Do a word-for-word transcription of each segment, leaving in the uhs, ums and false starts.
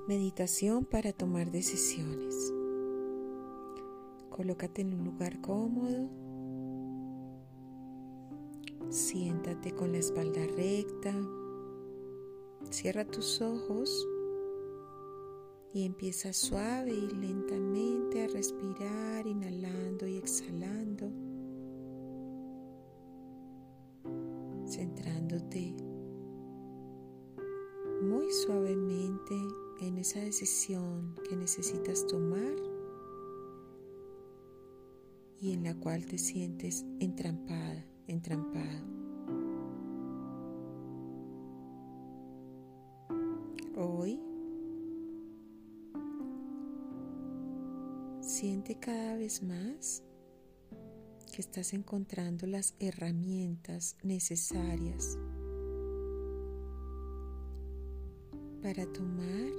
Meditación para tomar decisiones. Colócate en un lugar cómodo. Siéntate con la espalda recta. Cierra tus ojos y empieza suave y lentamente a respirar, inhalando y exhalando, centrándote muy suavemente en esa decisión que necesitas tomar y en la cual te sientes entrampada, entrampado. Hoy siente cada vez más que estás encontrando las herramientas necesarias para tomar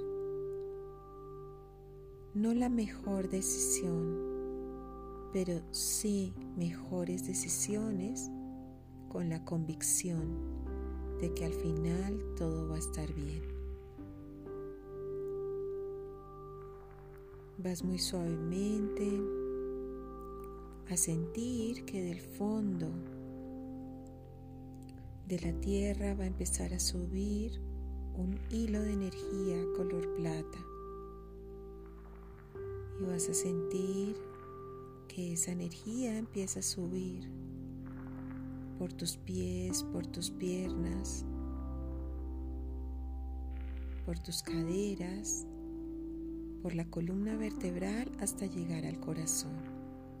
no la mejor decisión, pero sí mejores decisiones con la convicción de que al final todo va a estar bien. Vas muy suavemente a sentir que del fondo de la tierra va a empezar a subir un hilo de energía color plata y vas a sentir que esa energía empieza a subir por tus pies, por tus piernas, por tus caderas, por la columna vertebral hasta llegar al corazón.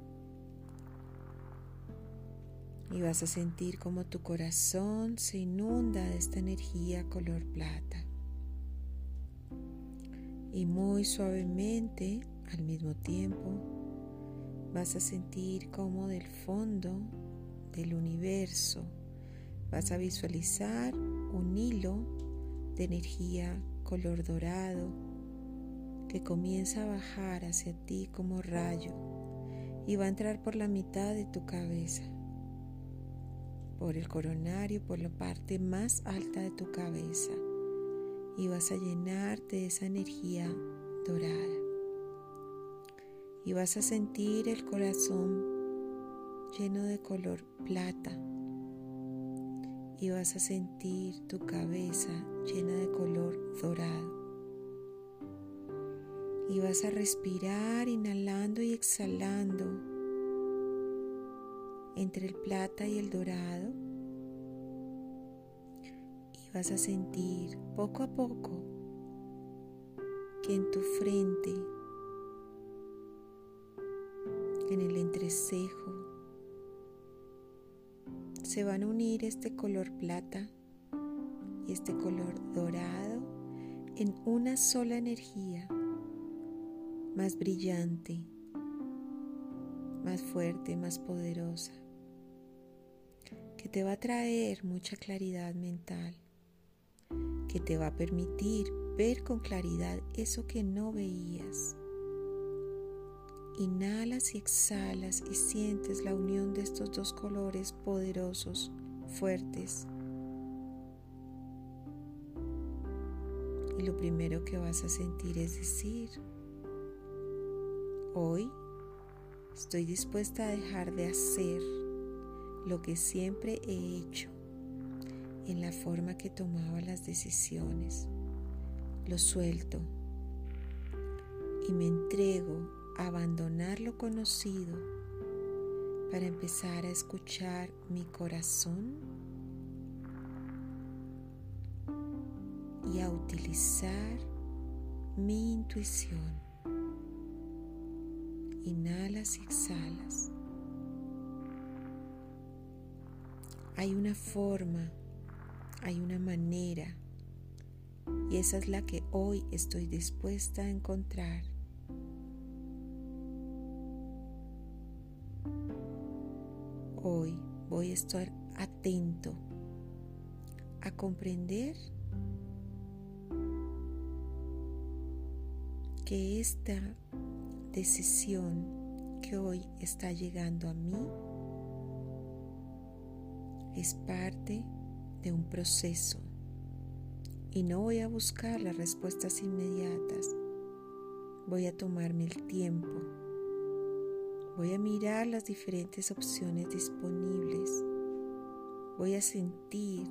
Y vas a sentir como tu corazón se inunda de esta energía color plata. Y muy suavemente, al mismo tiempo, vas a sentir como del fondo del universo vas a visualizar un hilo de energía color dorado que comienza a bajar hacia ti como rayo y va a entrar por la mitad de tu cabeza, por el coronario, por la parte más alta de tu cabeza, y vas a llenarte de esa energía dorada y vas a sentir el corazón lleno de color plata y vas a sentir tu cabeza llena de color dorado y vas a respirar inhalando y exhalando entre el plata y el dorado y vas a sentir poco a poco que en tu frente, en el entrecejo, se van a unir este color plata y este color dorado en una sola energía, más brillante, más fuerte, más poderosa, que te va a traer mucha claridad mental, que te va a permitir ver con claridad eso que no veías. Inhalas y exhalas y sientes la unión de estos dos colores poderosos, fuertes. Y lo primero que vas a sentir es decir: hoy estoy dispuesta a dejar de hacer lo que siempre he hecho en la forma que tomaba las decisiones. Lo suelto y me entrego a abandonar lo conocido para empezar a escuchar mi corazón y a utilizar mi intuición. Inhalas y exhalas. Hay una forma, hay una manera, y esa es la que hoy estoy dispuesta a encontrar. Hoy voy a estar atento a comprender que esta decisión que hoy está llegando a mí es parte de un proceso, y no voy a buscar las respuestas inmediatas. Voy a tomarme el tiempo. Voy a mirar las diferentes opciones disponibles. Voy a sentir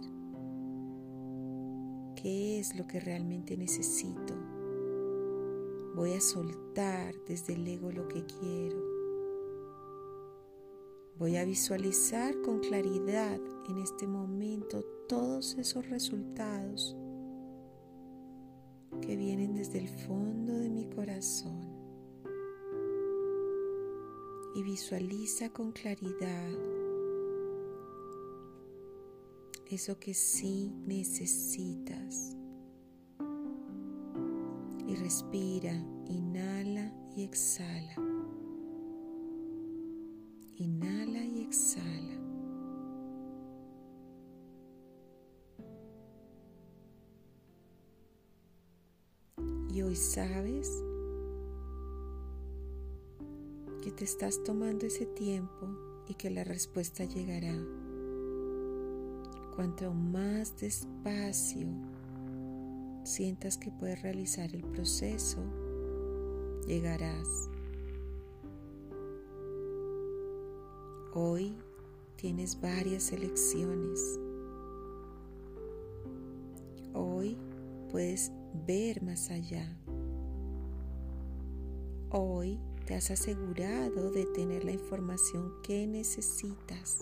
qué es lo que realmente necesito. Voy a soltar desde el ego lo que quiero. Voy a visualizar con claridad en este momento todos esos resultados que vienen desde el fondo de mi corazón. Y visualiza con claridad eso que sí necesitas. Y respira, inhala y exhala. Inhala y exhala. Y hoy sabes que te estás tomando ese tiempo y que la respuesta llegará. Cuanto más despacio sientas que puedes realizar el proceso, llegarás. Hoy tienes varias elecciones. Hoy puedes ver más allá. Hoy te has asegurado de tener la información que necesitas.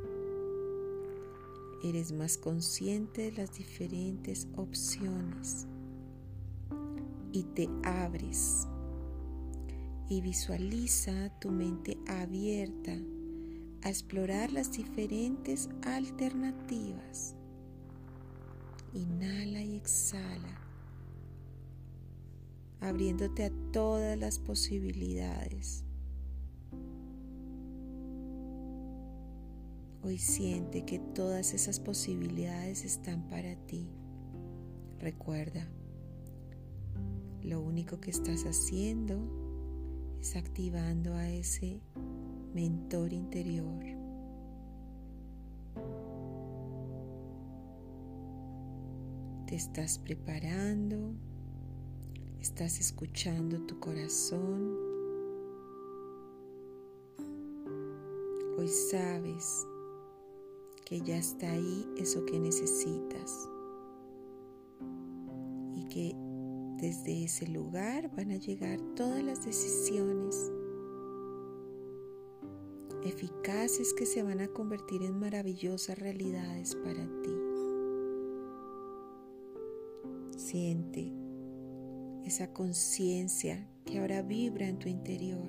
Eres más consciente de las diferentes opciones y te abres y visualiza tu mente abierta a explorar las diferentes alternativas. Inhala y exhala, abriéndote a todas las posibilidades. Hoy siente que todas esas posibilidades están para ti. Recuerda, lo único que estás haciendo es activando a ese mentor interior. Te estás preparando, estás escuchando tu corazón. Hoy sabes que ya está ahí eso que necesitas y que desde ese lugar van a llegar todas las decisiones eficaces que se van a convertir en maravillosas realidades para ti. Siente esa conciencia que ahora vibra en tu interior.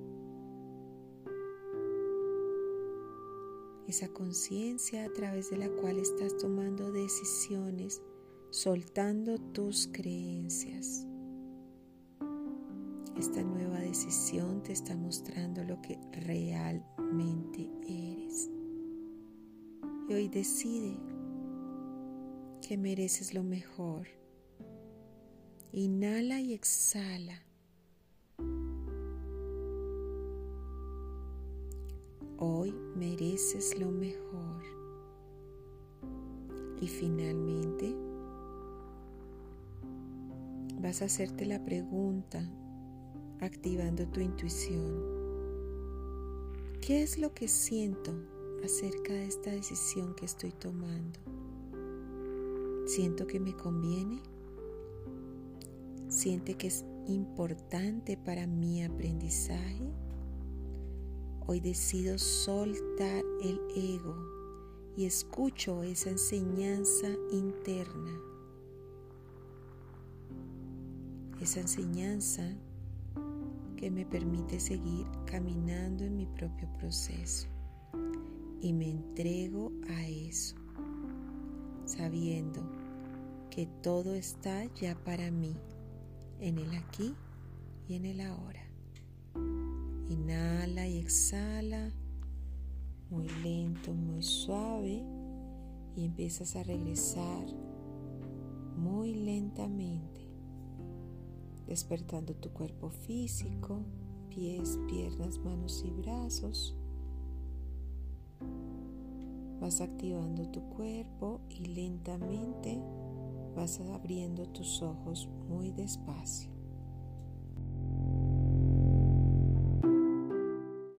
Esa conciencia a través de la cual estás tomando decisiones, soltando tus creencias. Esta nueva decisión te está mostrando lo que realmente eres. Y hoy decide que mereces lo mejor. Inhala y exhala. Hoy mereces lo mejor. Y finalmente vas a hacerte la pregunta, activando tu intuición. ¿Qué es lo que siento acerca de esta decisión que estoy tomando? ¿Siento que me conviene? ¿Siente que es importante para mi aprendizaje? Hoy decido soltar el ego y escucho esa enseñanza interna. Esa enseñanza que me permite seguir caminando en mi propio proceso. Y me entrego a eso, sabiendo que todo está ya para mí, en el aquí y en el ahora. Inhala y exhala, muy lento, muy suave, y empiezas a regresar muy lentamente, despertando tu cuerpo físico, pies, piernas, manos y brazos. Vas activando tu cuerpo y lentamente vas abriendo tus ojos muy despacio.